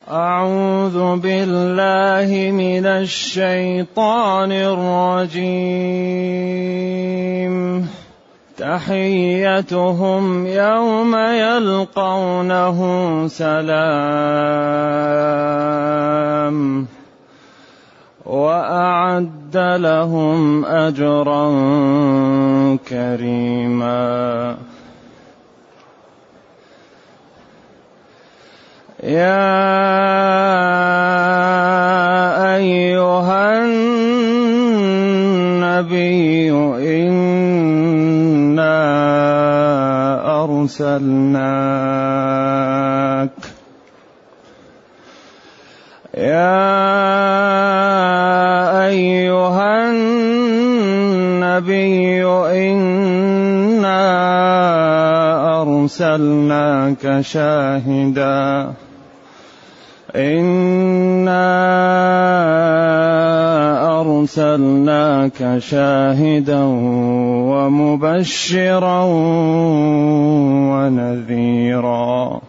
أعوذ بالله من الشيطان الرجيم. تحيتهم يوم يلقونه سلام وأعد لهم أجرا كريما. يا أيها النبي إنا أرسلناك أرسلناك شاهدا ومبشرا وداعيا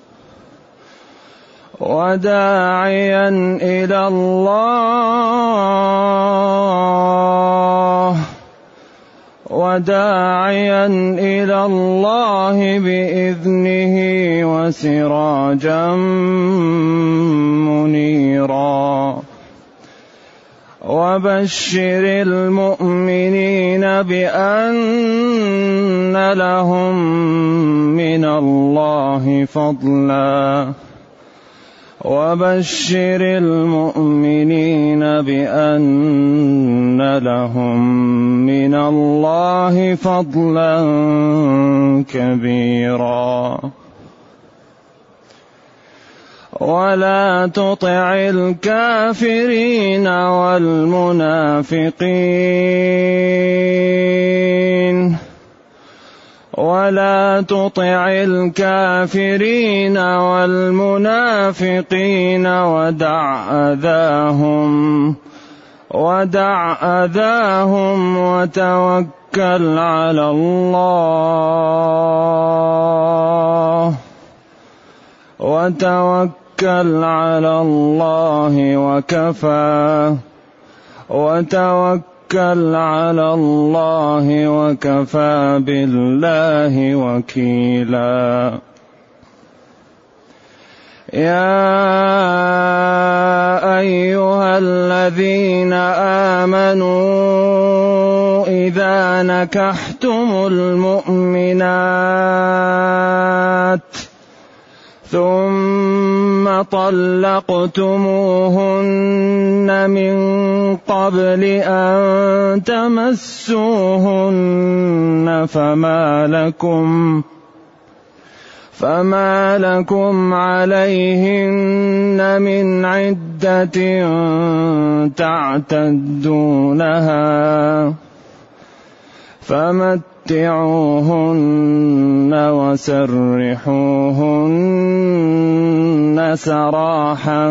إلى الله بإذنه وسراجا منيرا. وبشر المؤمنين بأن لهم من الله فضلا كبيرا. ولا تطع الكافرين والمنافقين ودع أذاهم وتوكل على الله وكفى بالله وكيلا. يا أيها الذين آمنوا إذا نكحتم المؤمنات ثم طلقتموهن من قبل أن تمسوهن فما لكم عليهن من عدة تعتدونها فمتعوهن وسرحوهن سراحا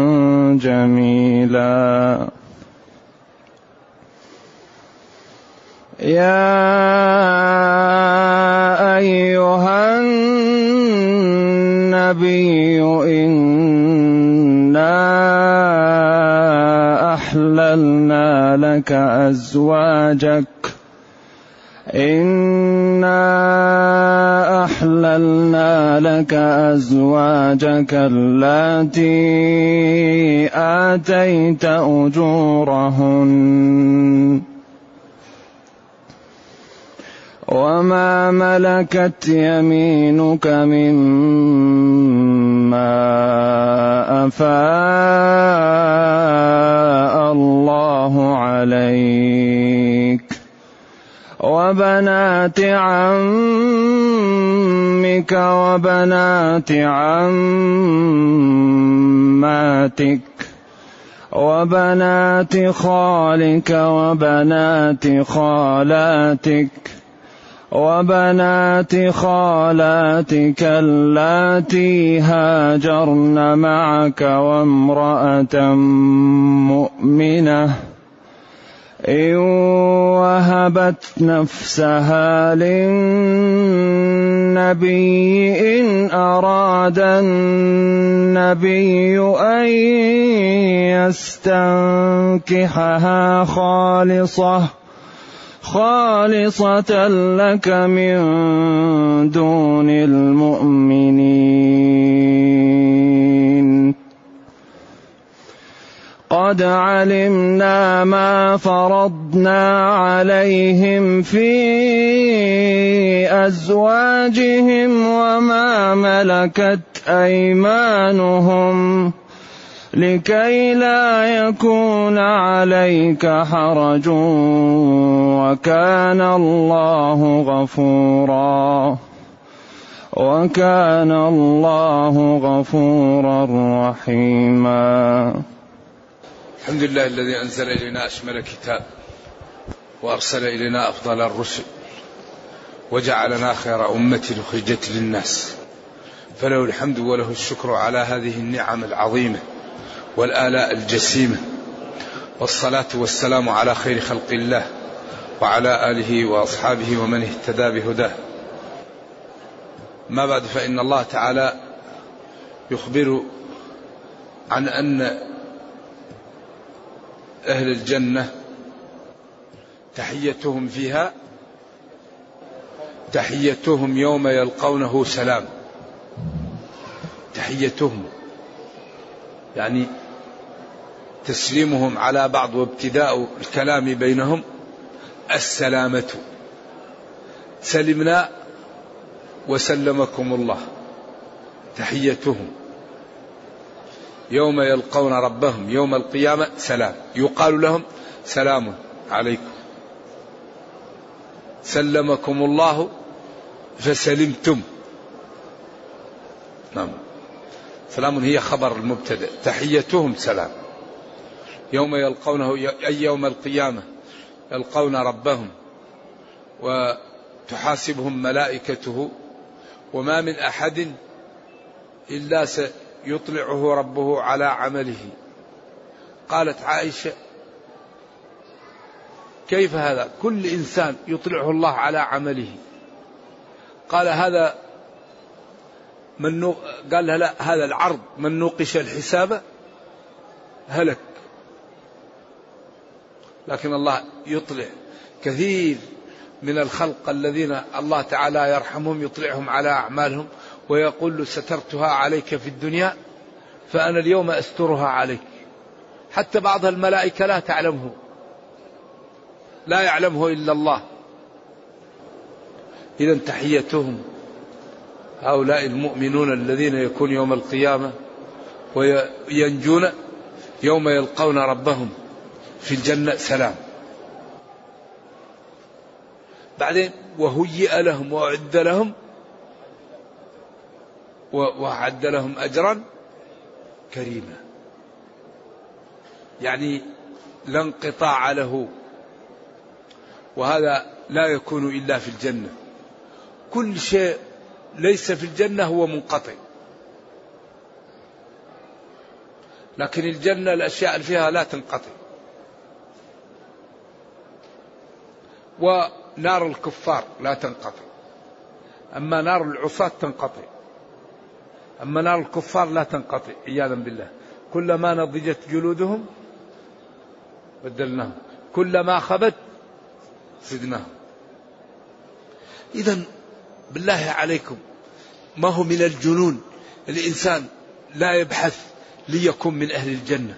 جميلا. يا أيها النبي إنا أحللنا لك أزواجك اللاتي آتيت أجورهن وما ملكت يمينك مما أفاء الله عليك وبنات عمك وبنات عماتك وبنات خالك وبنات خالاتك وبنات خالاتك اللاتي هاجرن معك وامرأة مؤمنة إن وهبت نفسها للنبي إن أراد النبي أن يستنكحها خالصة لك من دون المؤمنين. قد علمنا ما فرضنا عليهم في أزواجهم وما ملكت أيمانهم لكي لا يكون عليك حرج وكان الله غفورا رحيما. الحمد لله الذي أنزل إلينا أشمل كتاب وأرسل إلينا أفضل الرسل وجعلنا خير أمة أخرجت للناس، فله الحمد وله الشكر على هذه النعم العظيمة والآلاء الجسيمة، والصلاة والسلام على خير خلق الله وعلى آله وأصحابه ومن اهتدى بهداه. ما بعد، فإن الله تعالى يخبر عن أن أهل الجنة تحيتهم فيها تحيتهم يوم يلقونه سلام. تحيتهم يعني تسليمهم على بعض وابتداء الكلام بينهم السلامة، سلمنا وسلمكم الله. تحيتهم يوم يلقون ربهم يوم القيامة سلام، يقال لهم سلام عليكم، سلمكم الله فسلمتم. نعم، سلام هي خبر المبتدأ، تحيتهم سلام يوم يلقونه أي يوم القيامة يلقون ربهم وتحاسبهم ملائكته، وما من أحد إلا سيطلعه ربه على عمله. قالت عائشة: كيف هذا؟ كل إنسان يطلعه الله على عمله. قال: هذا قال لها: لا، هذا العرض، من نوقش الحساب هلك. لكن الله يطلع كثير من الخلق الذين الله تعالى يرحمهم، يطلعهم على أعمالهم ويقول له: سترتها عليك في الدنيا فأنا اليوم أسترها عليك. حتى بعض الملائكة لا تعلمه، لا يعلمه إلا الله. إذن تحيتهم هؤلاء المؤمنون الذين يكون يوم القيامة وينجون يوم يلقون ربهم في الجنة سلام. بعدين وهيئ لهم وأعد لهم وأعد لهم أجرا كريما، يعني لا انقطاع له، وهذا لا يكون إلا في الجنة. كل شيء ليس في الجنة هو منقطع، لكن الجنة الأشياء اللي فيها لا تنقطع. ونار الكفار لا تنقطع، أما نار العصاة تنقطع، أما نار الكفار لا تنقطع عياذا بالله. كلما نضجت جلودهم بدلناهم، كلما خبت زدناهم. إذن بالله عليكم، ما هو من الجنون الإنسان لا يبحث ليكون من أهل الجنة؟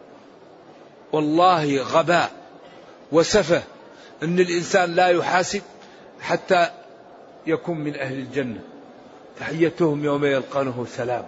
والله غباء وسفه أن الإنسان لا يحاسب حتى يكون من أهل الجنة. تحيتهم يوم يلقونه سلام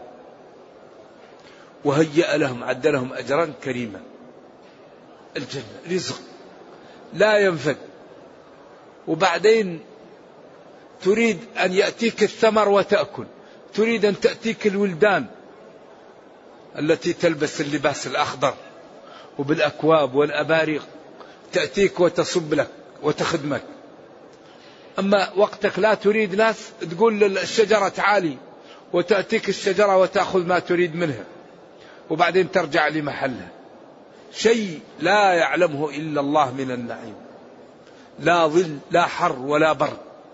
وهيأ لهم عد لهم أجرا كريما. الجنة رزق لا ينفد، وبعدين تريد أن يأتيك الثمر وتأكل، تريد أن تأتيك الولدان التي تلبس اللباس الأخضر وبالأكواب والأباريق، تأتيك وتصب لك وتخدمك. أما وقتك لا تريد ناس، تقول للشجرة تعالي وتأتيك الشجرة وتأخذ ما تريد منها وبعدين ترجع لمحلها. شيء لا يعلمه إلا الله من النعيم، لا ظل لا حر ولا برد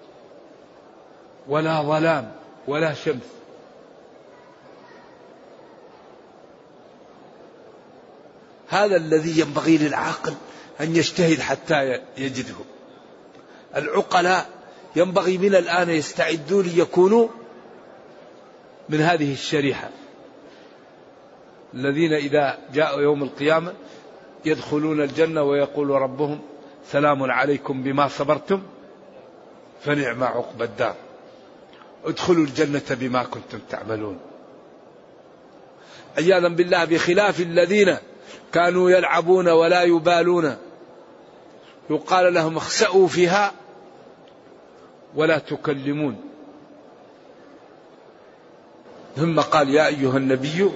ولا ظلام ولا شمس. هذا الذي ينبغي للعاقل أن يجتهد حتى يجده. العقلاء ينبغي من الآن يستعدوا ليكونوا من هذه الشريحة، الذين إذا جاءوا يوم القيامة يدخلون الجنة ويقول ربهم سلام عليكم بما صبرتم فنعم عقبى الدار، ادخلوا الجنة بما كنتم تعملون. عياذا بالله، بخلاف الذين كانوا يلعبون ولا يبالون، يقال لهم اخسأوا فيها ولا تكلمون. ثم قال يا أيها النبي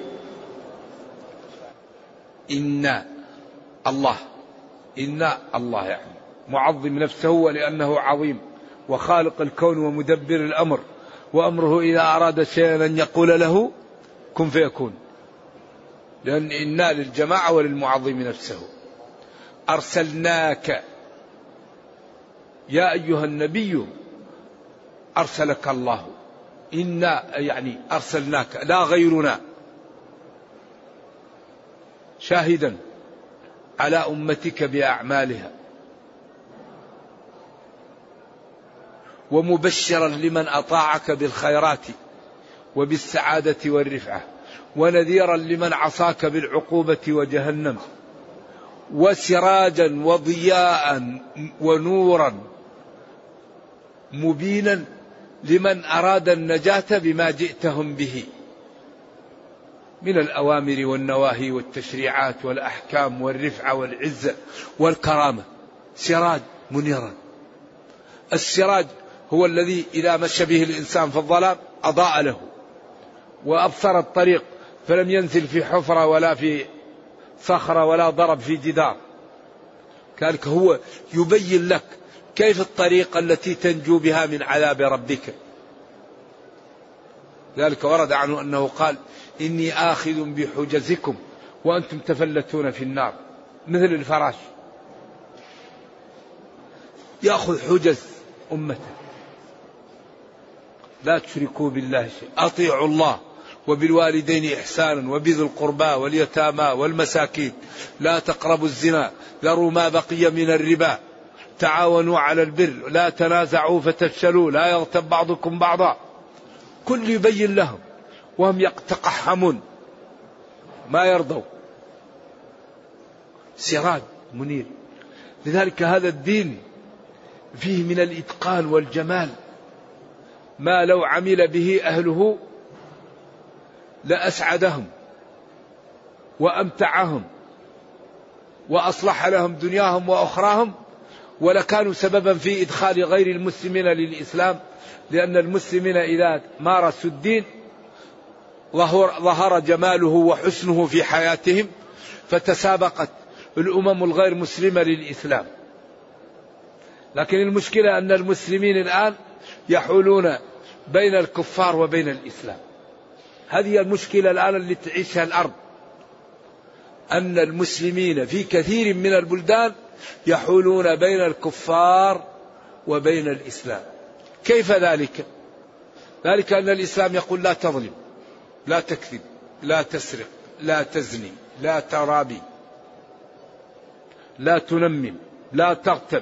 إن الله يعني معظم نفسه ولأنه عظيم وخالق الكون ومدبر الأمر، وأمره إذا أراد شيئا أن يقول له كن فيكون، لأن إنا للجماعة وللمعظم نفسه. أرسلناك يا أيها النبي أرسلك الله، إنا يعني أرسلناك لا غيرنا شاهدا على أمتك بأعمالها ومبشرا لمن أطاعك بالخيرات وبالسعادة والرفعة، ونذيرا لمن عصاك بالعقوبة وجهنم، وسراجا وضياء ونورا مبينا لمن أراد النجاة بما جئتهم به من الأوامر والنواهي والتشريعات والأحكام والرفعة والعزة والكرامة. سراج منيرا، السراج هو الذي إذا مشى به الإنسان في الظلام أضاء له وأبصر الطريق، فلم ينزل في حفرة ولا في صخرة ولا ضرب في جدار. كذلك هو يبين لك كيف الطريقة التي تنجو بها من عذاب ربك. ذلك ورد عنه أنه قال إني آخذ بحجزكم وأنتم تفلتون في النار، مثل الفراش يأخذ حجز أمته. لا تشركوا بالله شيء، أطيعوا الله وبالوالدين إحسانا وبذي القربى واليتامى والمساكين، لا تقربوا الزنا، ذروا ما بقي من الربا، تعاونوا على البر، لا تنازعوا فتفشلوا، لا يغتب بعضكم بعضا. كل يبين لهم وهم يتقحمون ما يرضوا. سراج منير. لذلك هذا الدين فيه من الإتقان والجمال ما لو عمل به أهله لأسعدهم وأمتعهم وأصلح لهم دنياهم وأخراهم، ولكانوا سببا في إدخال غير المسلمين للإسلام، لأن المسلمين إذا مارسوا الدين ظهر جماله وحسنه في حياتهم، فتسابقت الأمم الغير مسلمة للإسلام. لكن المشكلة أن المسلمين الآن يحولون بين الكفار وبين الإسلام. هذه المشكلة الآن اللي تعيشها الأرض، أن المسلمين في كثير من البلدان يحولون بين الكفار وبين الإسلام. كيف ذلك؟ ذلك أن الإسلام يقول لا تظلم، لا تكذب، لا تسرق، لا تزني، لا ترابي، لا تنمم، لا تغتب،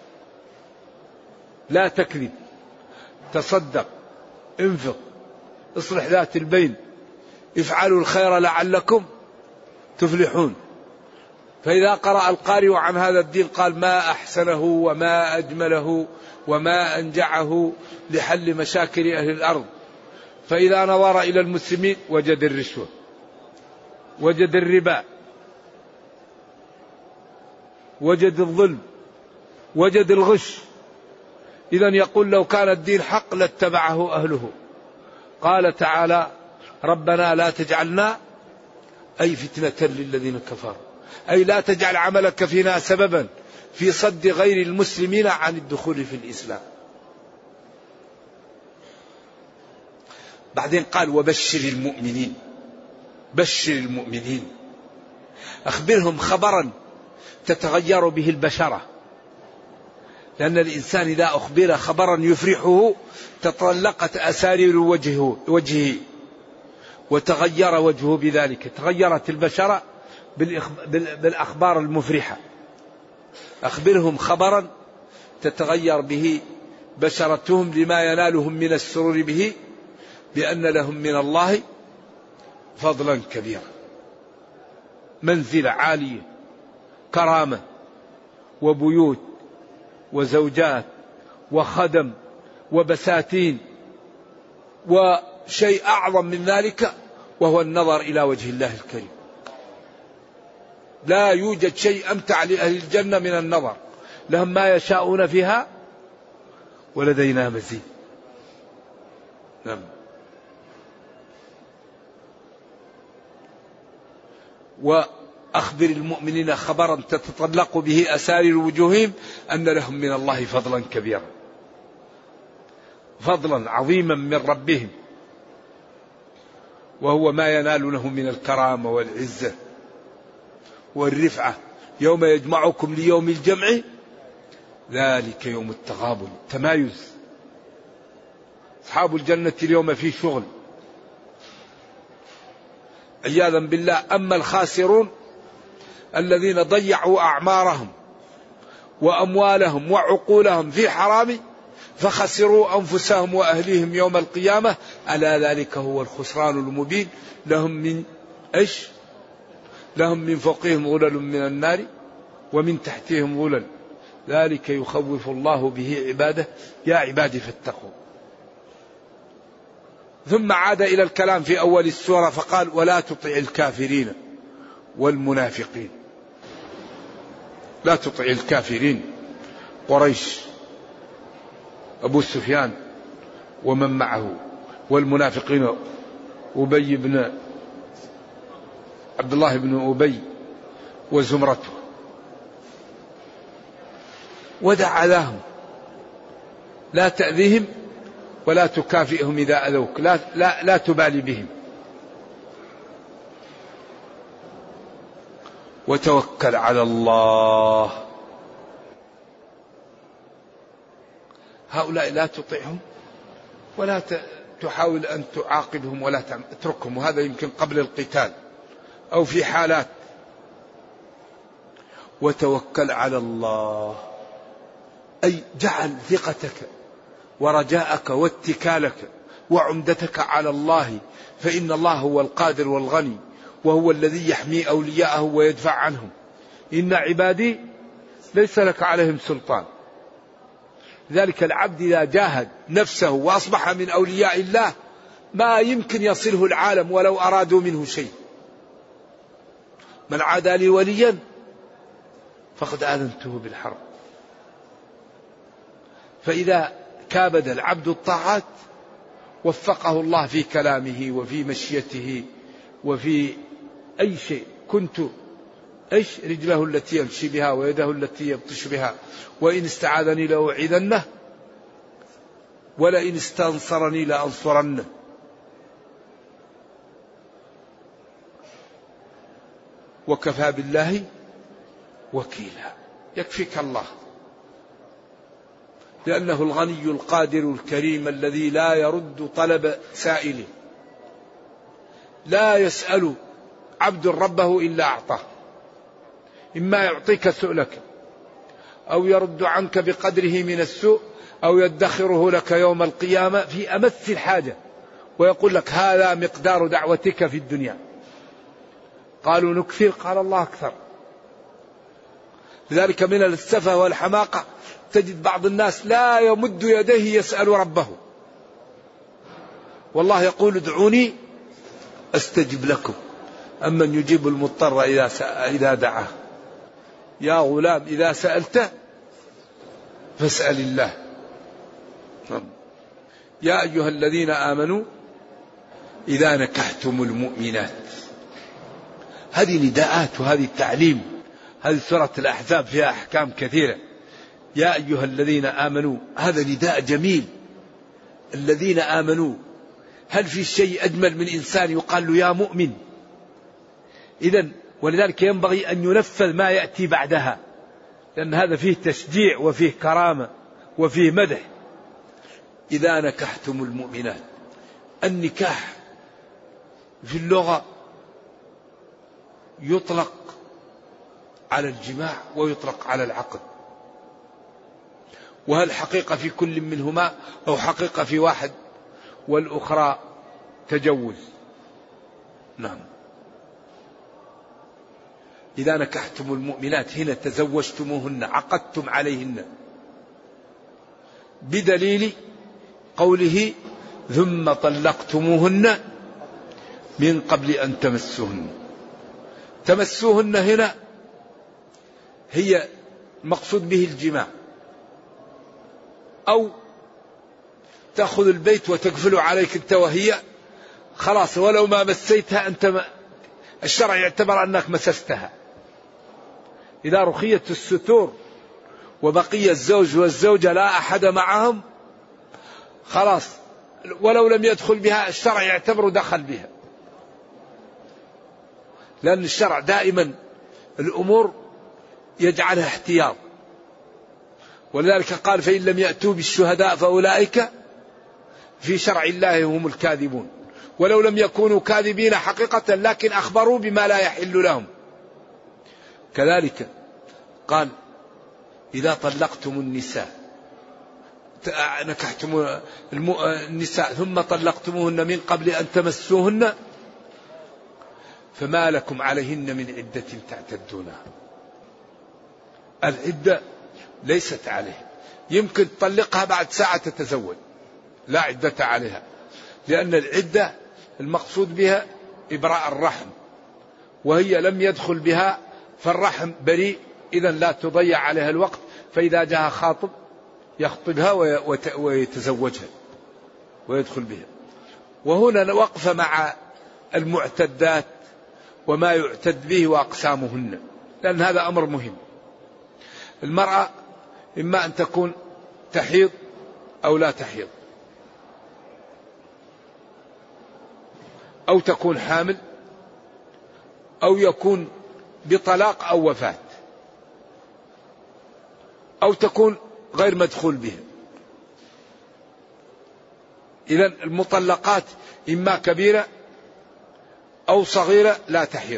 لا تكذب، تصدق، انفق، اصلح ذات البين، افعلوا الخير لعلكم تفلحون. فإذا قرأ القارئ عن هذا الدين قال ما أحسنه وما أجمله وما أنجعه لحل مشاكل أهل الأرض. فإذا نظر إلى المسلمين وجد الرشوة، وجد الربا، وجد الظلم، وجد الغش. إذن يقول لو كان الدين حق لاتبعه أهله. قال تعالى ربنا لا تجعلنا أي فتنة للذين كفروا، أي لا تجعل عملك فينا سببا في صد غير المسلمين عن الدخول في الإسلام. بعدين قال وبشر المؤمنين. بشر المؤمنين أخبرهم خبرا تتغير به البشرة، لأن الإنسان إذا أخبر خبرا يفرحه تطلقت أسارير وجهه وتغير وجهه بذلك، تغيرت البشرة بالأخبار المفرحة. أخبرهم خبرا تتغير به بشرتهم لما ينالهم من السرور به، بأن لهم من الله فضلا كبيرا، منزلة عالية، كرامة وبيوت وزوجات وخدم وبساتين، وشيء أعظم من ذلك وهو النظر إلى وجه الله الكريم. لا يوجد شيء أمتع لأهل الجنة من النظر، لهم ما يشاءون فيها ولدينا مزيد. نعم. وأخبر المؤمنين خبرا تتطلق به أسارير وجوههم أن لهم من الله فضلا كبيرا، فضلا عظيما من ربهم، وهو ما ينالونه من الكرامة والعزة والرفعة. يوم يجمعكم ليوم الجمع ذلك يوم التغابن، تمايز. أصحاب الجنة اليوم في شغل عياذا بالله. أما الخاسرون الذين ضيعوا أعمارهم وأموالهم وعقولهم في حرام فخسروا أنفسهم وأهليهم يوم القيامة، ألا ذلك هو الخسران المبين. لهم من إيش؟ لهم من فوقهم غلل من النار ومن تحتهم غلل، ذلك يخوف الله به عباده يا عبادي فاتقوا. ثم عاد إلى الكلام في أول السورة فقال ولا تطع الكافرين والمنافقين. لا تطع الكافرين، قريش أبو سفيان ومن معه، والمنافقين أبي بن عبد الله بن أبي وزمرته، ودعا لهم لا تأذيهم ولا تكافئهم إذا أذوك، لا تبالي بهم، وتوكل على الله. هؤلاء لا تطعهم ولا تحاول أن تعاقبهم ولا اتركهم، وهذا يمكن قبل القتال أو في حالات. وتوكل على الله، أي جعل ثقتك ورجاءك واتكالك وعمدتك على الله، فإن الله هو القادر والغني، وهو الذي يحمي أولياءه ويدفع عنهم. إن عبادي ليس لك عليهم سلطان. لذلك العبد إذا جاهد نفسه وأصبح من أولياء الله ما يمكن يصله العالم ولو أرادوا منه شيء. من عادى لي وليا فقد آذنته بالحرب. فإذا كابد العبد الطاعات وفقه الله في كلامه وفي مشيته وفي أي شيء. كنت رجله التي يمشي بها ويده التي يبطش بها، وإن استعاذني لأعيذنه ولئن استنصرني لأنصرنه. وكفى بالله وكيلا، يكفيك الله، لأنه الغني القادر الكريم الذي لا يرد طلب سائله. لا يسأل عبد ربه إلا أعطاه، إما يعطيك سؤلك أو يرد عنك بقدره من السوء أو يدخره لك يوم القيامة في أمس الحاجة ويقول لك هذا مقدار دعوتك في الدنيا. قالوا نكثر، قال الله أكثر. لذلك من السفة والحماقة تجد بعض الناس لا يمد يديه يسأل ربه، والله يقول ادعوني أستجب لكم، أمن يجيب المضطر إذا دعاه. يا غلام إذا سألت فاسأل الله. يا أيها الذين آمنوا إذا نكحتم المؤمنات. هذه نداءات وهذه التعليم. هذه سورة الأحزاب فيها أحكام كثيرة. يا أيها الذين آمنوا، هذا نداء جميل. الذين آمنوا، هل في شيء أجمل من إنسان يقال له يا مؤمن؟ إذن ولذلك ينبغي أن ينفذ ما يأتي بعدها، لأن هذا فيه تشجيع وفيه كرامة وفيه مدح. إذا نكحتم المؤمنات، النكاح في اللغة يطلق على الجماع ويطلق على العقد، وهل حقيقة في كل منهما أو حقيقة في واحد والأخرى تجوز؟ نعم. إذا نكحتم المؤمنات هنا تزوجتموهن، عقدتم عليهن، بدليل قوله ثم طلقتموهن من قبل أن تمسوهن. تمسوهن هنا هي المقصود به الجماع، أو تأخذ البيت وتقفل عليك أنت وهي، خلاص ولو ما مسيتها أنت الشرع يعتبر أنك مسستها. إذا رخيت الستور وبقي الزوج والزوجة لا أحد معهم، خلاص ولو لم يدخل بها الشرع يعتبر دخل بها، لأن الشرع دائما الأمور يجعلها احتياط. ولذلك قال فإن لم يأتوا بالشهداء فأولئك في شرع الله هم الكاذبون، ولو لم يكونوا كاذبين حقيقة لكن أخبروا بما لا يحل لهم. كذلك قال إذا طلقتم النساء، نكحتم النساء ثم طلقتموهن من قبل أن تمسوهن فما لكم عليهن من عدة تعتدونها. العدة ليست عليه، يمكن تطلقها بعد ساعة تتزوج، لا عدة عليها، لأن العدة المقصود بها إبراء الرحم، وهي لم يدخل بها فالرحم بريء، إذا لا تضيع عليها الوقت، فإذا جاء خاطب يخطبها ويتزوجها ويدخل بها. وهنا وقف مع المعتدات وما يعتد به وأقسامهن، لأن هذا أمر مهم. المرأة إما أن تكون تحيض أو لا تحيض، أو تكون حامل، أو يكون بطلاق أو وفاة، أو تكون غير مدخول بها. إذن المطلقات إما كبيرة أو صغيرة لا تحيض،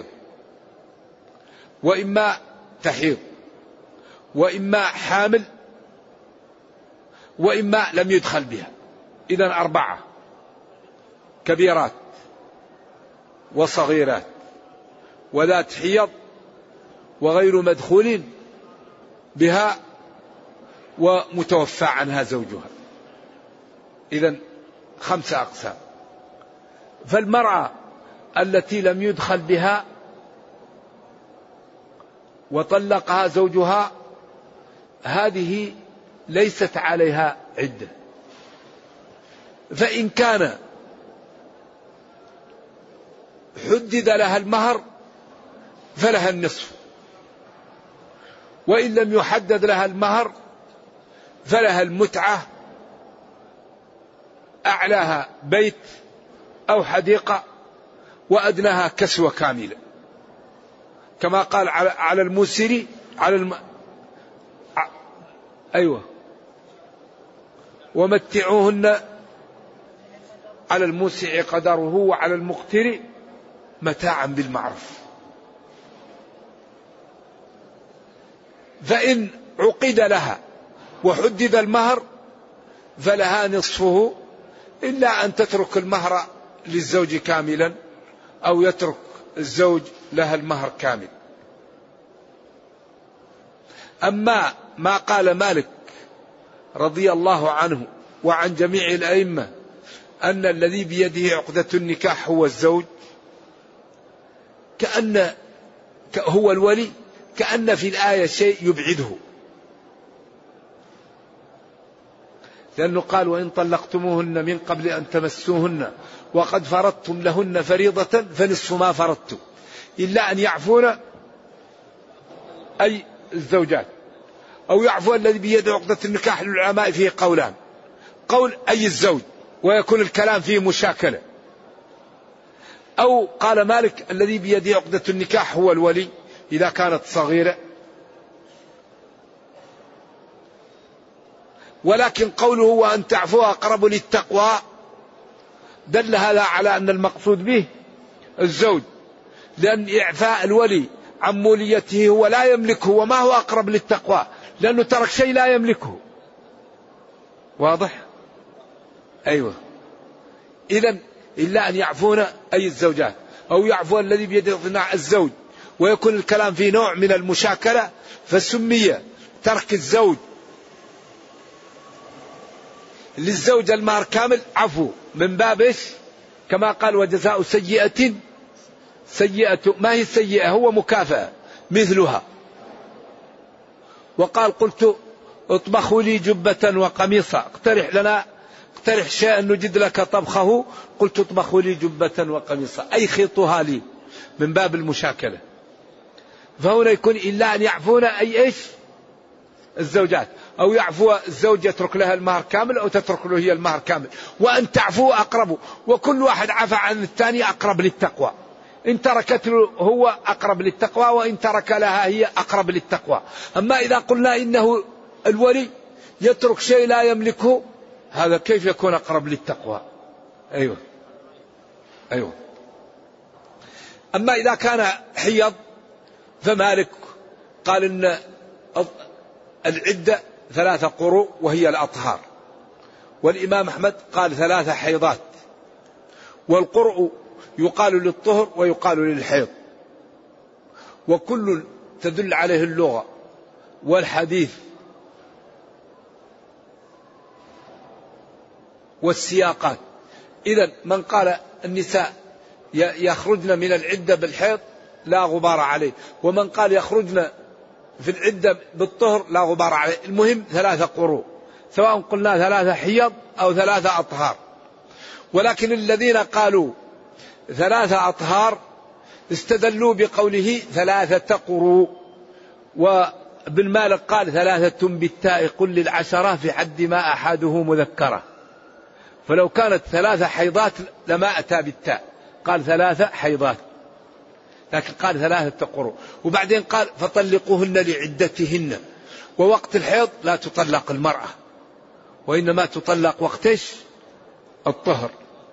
وإما تحيض، وإما حامل، وإما لم يدخل بها. إذن 4: كبيرات وصغيرات وذات حيض وغير مدخول بها ومتوفى عنها زوجها. إذن 5 أقسام. فالمرأة التي لم يدخل بها وطلقها زوجها هذه ليست عليها عدة، فإن كان حدد لها المهر فلها النصف، وإن لم يحدد لها المهر فلها المتعة، أعلاها بيت أو حديقة وأدناها كسوة كاملة، كما قال على الموسر أيوة ومتعوهن على الموسع قدره وعلى المقتر متاعا بالمعروف. فإن عقد لها وحدد المهر فلها نصفه، إلا أن تترك المهر للزوج كاملا أو يترك الزوج لها المهر كامل. أما ما قال مالك رضي الله عنه وعن جميع الأئمة أن الذي بيده عقدة النكاح هو الزوج، كأن هو الولي، كأن في الآية شيء يبعده، لأنه قال وإن طلقتموهن من قبل أن تمسوهن وقد فرضتم لهن فريضة فنصف ما فرضتم إلا أن يعفون، أي الزوجات، أو يعفو الذي بيده عقدة النكاح. للعلماء فيه قولان: قول أي الزوج ويكون الكلام فيه مشاكلة، أو قال مالك الذي بيده عقدة النكاح هو الولي إذا كانت صغيرة. ولكن قوله وأن تعفوا أقرب للتقوى دل هذا على أن المقصود به الزوج، لأن إعفاء الولي عن موليته هو لا يملكه، وما هو أقرب للتقوى لأنه ترك شيء لا يملكه. واضح؟ أيوة. إذن إلا أن يعفون أي الزوجات أو يعفو الذي بيده اقتناع الزوج، ويكون الكلام في نوع من المشاكلة، فسمي ترك الزوج للزوج المهر كامل عفو من باب إيش؟ كما قال وجزاء سيئة سيئة. ما هي السيئة؟ هو مكافأة مثلها. وقال قلت اطبخوا لي جبة وقميصا، اقترح شيئا نجد لك طبخه، قلت اطبخوا لي جبة وقميصا، أي خيطها لي من باب المشاكلة. فهنا يكون إلا أن يعفون أي إيش؟ الزوجات، أو يعفو الزوج يترك لها المهر كامل أو تترك له هي المهر كامل. وأن تعفو أقرب، وكل واحد عفى عن الثاني أقرب للتقوى. إن تركت له هو أقرب للتقوى، وإن ترك لها هي أقرب للتقوى. أما إذا قلنا إنه الولي يترك شيء لا يملكه، هذا كيف يكون أقرب للتقوى؟ أيوة. أما إذا كان حيض فمالك قال إن العدة 3 قروء وهي الأطهار، والإمام أحمد قال 3 حيضات، والقرء يقال للطهر ويقال للحيض، وكل تدل عليه اللغة والحديث والسياقات. إذا من قال النساء يخرجن من العدة بالحيض لا غبار عليه، ومن قال يخرجن في العدة بالطهر لا غبار عليه. المهم 3 قروء، سواء قلنا 3 حيض أو 3 أطهار. ولكن الذين قالوا 3 أطهار استدلوا بقوله 3 قروء. وابن مالك قال 3 بالتاء قل للعشرة في حد ما أحده مذكرة، فلو كانت 3 حيضات لما أتى بالتاء، قال 3 حيضات، لكن قال 3 قروء. وبعدين قال فطلقوهن لعدتهن. ووقت الحيض لا تطلق المرأة، وإنما تطلق وقتش الطهر.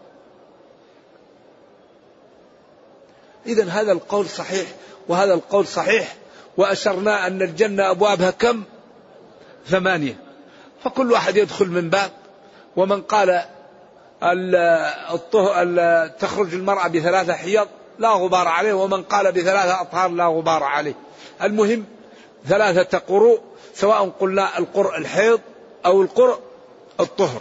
إذن هذا القول صحيح وهذا القول صحيح. وأشرنا أن الجنة أبوابها كم؟ 8، فكل واحد يدخل من باب. ومن قال تخرج المرأة ب3 حيض لا غبار عليه، ومن قال ب3 أطهار لا غبار عليه. المهم 3 قروء، سواء قلنا القرء الحيض أو القرء الطهر.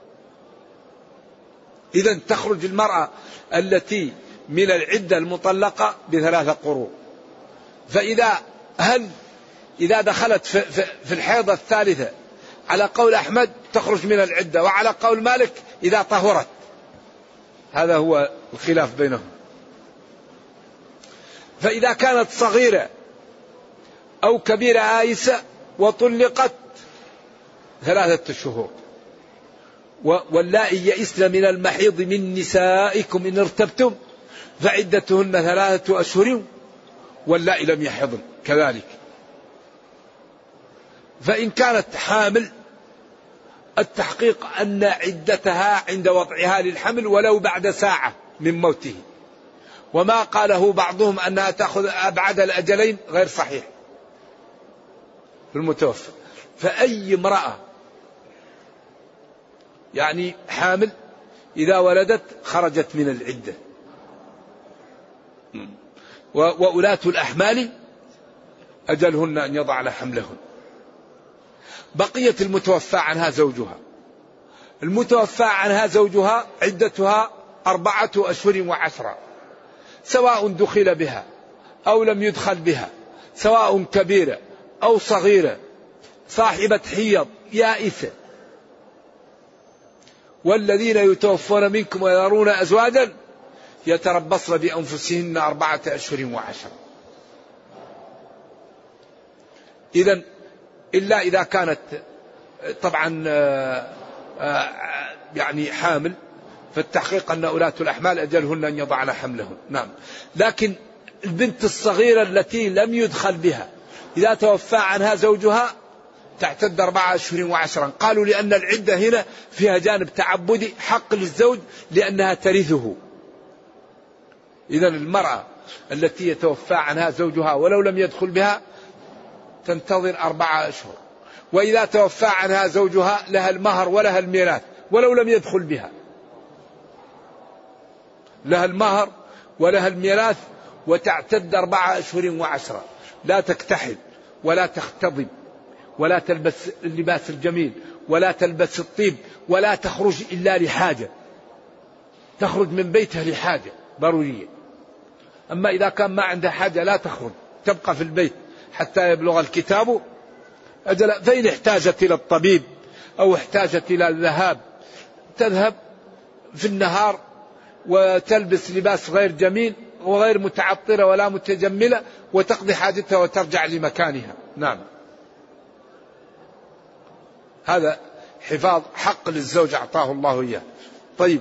إذن تخرج المرأة التي من العدة المطلقة ب3 قروء. إذا دخلت في الحيضة الثالثة على قول أحمد تخرج من العدة، وعلى قول مالك إذا طهرت. هذا هو الخلاف بينهم. فإذا كانت صغيرة أو كبيرة آيسة وطلقت 3 شهور. واللائي يئسن من المحيض من نسائكم إن ارتبتم فعدتهن 3 أشهر واللائي لم يحضن كذلك. فإن كانت حامل التحقيق أن عدتها عند وضعها للحمل ولو بعد ساعة من موته. وما قاله بعضهم أنها تأخذ أبعد الأجلين غير صحيح في المتوفى. فأي امرأة يعني حامل إذا ولدت خرجت من العدة. وأولاة الأحمال أجلهن أن يضعن حملهن. بقية المتوفى عنها زوجها، المتوفى عنها زوجها عدتها 4 أشهر و10، سواء دخل بها أو لم يدخل بها، سواء كبيرة أو صغيرة، صاحبة حيض يائسة. والذين يتوفون منكم ويذرون أزواجا يتربصن بأنفسهن 4 أشهر و10. إذن إلا إذا كانت طبعا يعني حامل فالتحقيق أن أولاة الأحمال أجلهن أن يضعن حملهن. نعم. لكن البنت الصغيرة التي لم يدخل بها إذا توفى عنها زوجها تعتد 4 أشهر و10. قالوا لأن العدة هنا فيها جانب تعبدي، حق للزوج لأنها ترثه. إذا المرأة التي يتوفى عنها زوجها ولو لم يدخل بها تنتظر 4 أشهر، وإذا توفى عنها زوجها لها المهر ولها الميراث ولو لم يدخل بها، لها المهر ولها الميراث وتعتد 4 أشهر و10. لا تكتحل ولا تختضب ولا تلبس اللباس الجميل ولا تلبس الطيب ولا تخرج إلا لحاجة، تخرج من بيتها لحاجة ضرورية. أما إذا كان ما عندها حاجة لا تخرج، تبقى في البيت حتى يبلغ الكتاب أجل. فإن احتاجت إلى الطبيب أو احتاجت إلى الذهاب تذهب في النهار وتلبس لباس غير جميل وغير متعطرة ولا متجملة وتقضي حاجتها وترجع لمكانها. نعم. هذا حفاظ حق للزوج أعطاه الله إياه. طيب.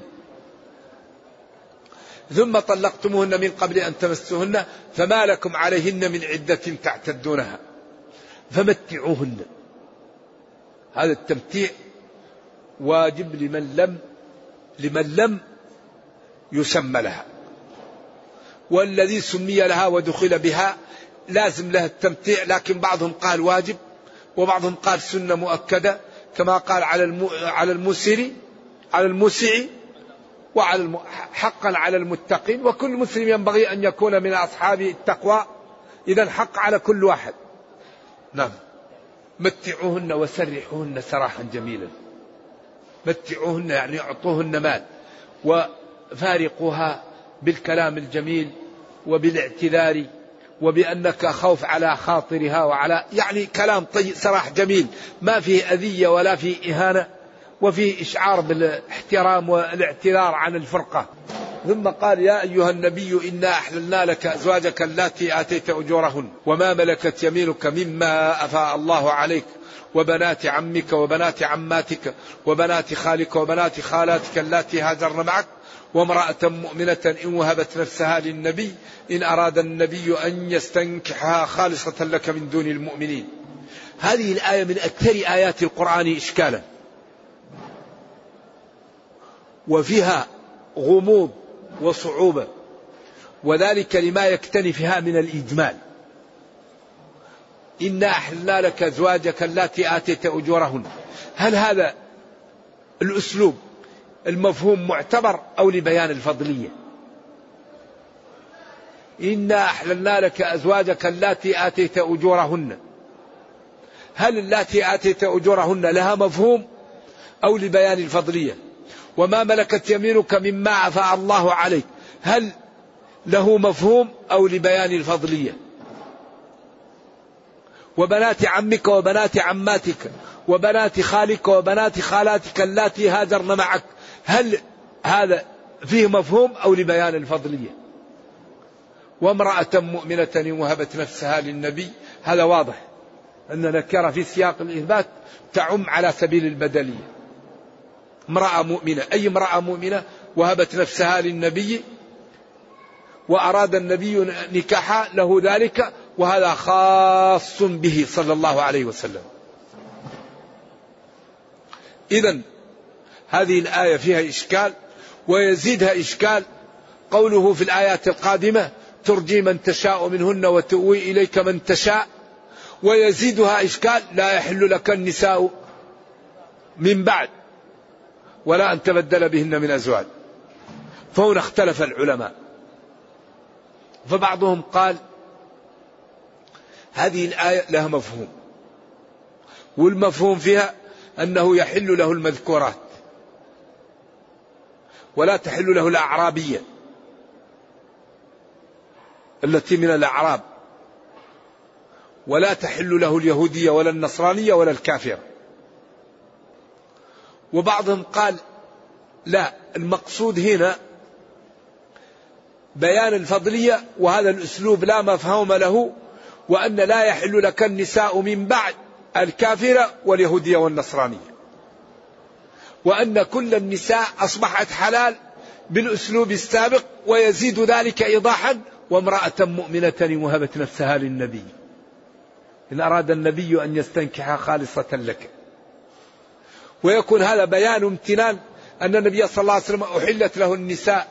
ثم طلقتموهن من قبل أن تمسوهن فما لكم عليهن من عدة تعتدونها فمتعوهن. هذا التمتيع واجب لمن لم يسمى لها، والذي سمي لها ودخل بها لازم لها التمتيع، لكن بعضهم قال واجب وبعضهم قال سنة مؤكدة، كما قال على الموسع وعلى حقا على المتقين، وكل مسلم ينبغي أن يكون من أصحاب التقوى، إذا حق على كل واحد. نعم. متعوهن وسرحوهن سراحا جميلا. متعوهن يعني اعطوهن مال وفارقوها بالكلام الجميل وبالاعتذار وبأنك خوف على خاطرها وعلى يعني كلام طيب سراح جميل ما فيه أذية ولا فيه إهانة وفيه إشعار بالاحترام والاعتذار عن الفرقة. ثم قال يا أيها النبي إنا أحللنا لك أزواجك اللاتي آتيت أجورهن وما ملكت يمينك مما أفاء الله عليك وبنات عمك وبنات عماتك وبنات خالك وبنات خالاتك اللاتي هاجرن معك وامرأة مؤمنة إن وهبت نفسها للنبي إن أراد النبي أن يستنكحها خالصة لك من دون المؤمنين. هذه الآية من أكثر آيات القرآن إشكالا، وفيها غموض وصعوبة، وذلك لما يكتنفها من الإجمال. إنا أحللنا لك أزواجك اللاتي آتيت أجورهن. هل هذا الأسلوب المفهوم معتبر أو لبيان الفضلية؟ إنا أحللنا لك أزواجك اللاتي آتيت أجورهن، هل اللاتي آتيت أجورهن لها مفهوم أو لبيان الفضلية؟ وما ملكت يمينك مما أفاء الله عليك، هل له مفهوم أو لبيان الفضلية؟ وبنات عمك وبنات عماتك وبنات خالك وبنات خالاتك اللاتي هاجرن معك، هل هذا فيه مفهوم أو لبيان الفضلية؟ وامرأة مؤمنة وهبت نفسها للنبي، هذا واضح أن نكرة في سياق الإثبات تعم على سبيل البدلية. امرأة مؤمنة، أي امرأة مؤمنة وهبت نفسها للنبي وأراد النبي نكاحها له ذلك، وهذا خاص به صلى الله عليه وسلم. إذن هذه الآية فيها إشكال، ويزيدها إشكال قوله في الآيات القادمة ترجي من تشاء منهن وتؤوي إليك من تشاء، ويزيدها إشكال لا يحل لك النساء من بعد ولا أن تبدل بهن من أزواج. فهنا اختلف العلماء، فبعضهم قال هذه الآية لها مفهوم، والمفهوم فيها أنه يحل له المذكورات ولا تحل له الأعرابية التي من الأعراب، ولا تحل له اليهودية ولا النصرانية ولا الكافرة. وبعضهم قال لا، المقصود هنا بيان الفضلية، وهذا الأسلوب لا مفهوم له، وأن لا يحل لك النساء من بعد الكافرة واليهودية والنصرانية. وأن كل النساء أصبحت حلال بالأسلوب السابق، ويزيد ذلك إيضاحا: وامرأة مؤمنة وهبت نفسها للنبي إن أراد النبي أن يستنكحها خالصة لك. ويكون هذا بيان امتنان أن النبي صلى الله عليه وسلم أحلت له النساء،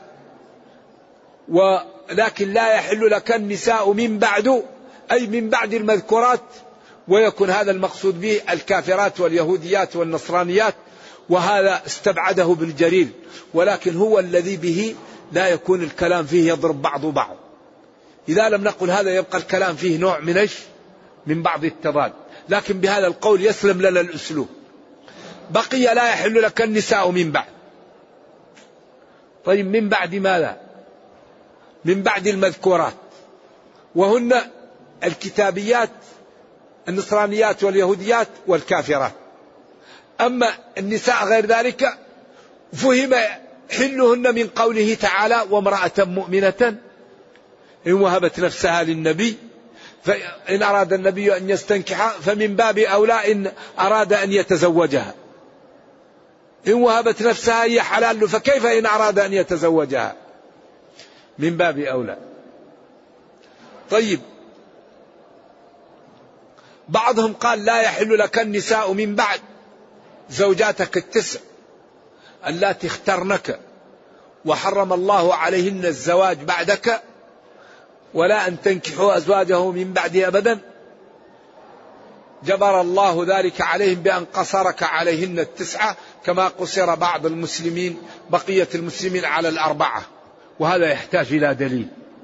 ولكن لا يحل لك النساء من بعد، أي من بعد المذكورات. ويكون هذا المقصود به الكافرات واليهوديات والنصرانيات، وهذا استبعده بالجرير، ولكن هو الذي به لا يكون الكلام فيه يضرب بعض. إذا لم نقل هذا يبقى الكلام فيه نوع من بعض التضاد، لكن بهذا القول يسلم لنا الأسلوب. بقي لا يحل لك النساء من بعد. طيب من بعد ماذا؟ من بعد المذكورات، وهن الكتابيات النصرانيات واليهوديات والكافرات. أما النساء غير ذلك فهم حلهن من قوله تعالى: وامرأة مؤمنة إن وهبت نفسها للنبي فإن أراد النبي أن يستنكحها فمن باب أولى إن أراد أن يتزوجها. إن وهبت نفسها هي حلال، فكيف إن أراد أن يتزوجها؟ من باب أولى. طيب بعضهم قال: لا يحل لك النساء من بعد زوجاتك التسع اللاتي اخترنك وحرم الله عليهن الزواج بعدك، ولا أن تنكحوا أزواجه من بعده أبدا. جبر الله ذلك عليهم بأن قصرك عليهن التسعة، كما قصر بعض المسلمين بقية المسلمين على الأربعة، وهذا يحتاج إلى دليل.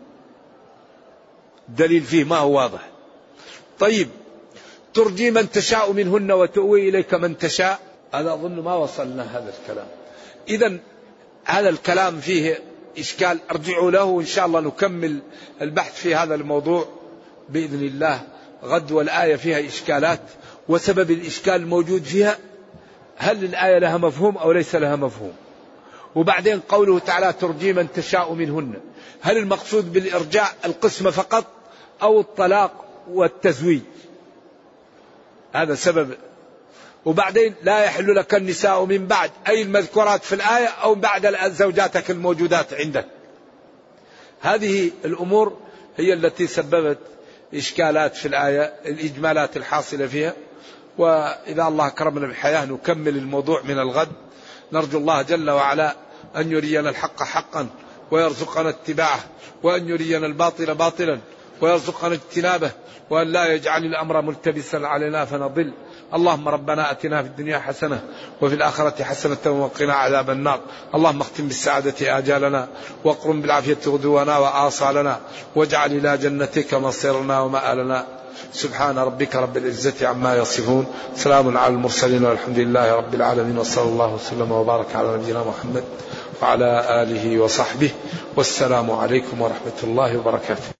دليل فيه ما هو واضح. طيب ترجي من تشاء منهن وتؤوي إليك من تشاء، هذا أظن ما وصلنا هذا الكلام. إذن هذا الكلام فيه إشكال، ارجعوا له وإن شاء الله نكمل البحث في هذا الموضوع بإذن الله غد. والآية فيها إشكالات، وسبب الإشكال الموجود فيها هل الآية لها مفهوم أو ليس لها مفهوم. وبعدين قوله تعالى: ترجي من تشاء منهن، هل المقصود بالإرجاء القسمة فقط أو الطلاق والتزويج؟ هذا سبب. وبعدين لا يحل لك النساء من بعد، أي المذكورات في الآية أو بعد زوجاتك الموجودات عندك. هذه الأمور هي التي سببت إشكالات في الآية، الإجمالات الحاصلة فيها. وإذا الله كرمنا بالحياة نكمل الموضوع من الغد. نرجو الله جل وعلا أن يرينا الحق حقا ويرزقنا اتباعه، وأن يرينا الباطل باطلا ويرزقنا اجتنابه، وأن لا يجعل الأمر ملتبسا علينا فنضل. اللهم ربنا أتنا في الدنيا حسنة وفي الآخرة حسنة وقنا عذاب النار. اللهم اختم بالسعادة آجالنا، واقرم بالعافية غدونا وآصالنا، واجعل إلى جنتك مصيرنا ومآلنا. سبحان ربك رب العزة عما يصفون، سلام على المرسلين والحمد لله رب العالمين، وصلى الله وسلم وبارك على نبينا محمد وعلى آله وصحبه، والسلام عليكم ورحمة الله وبركاته.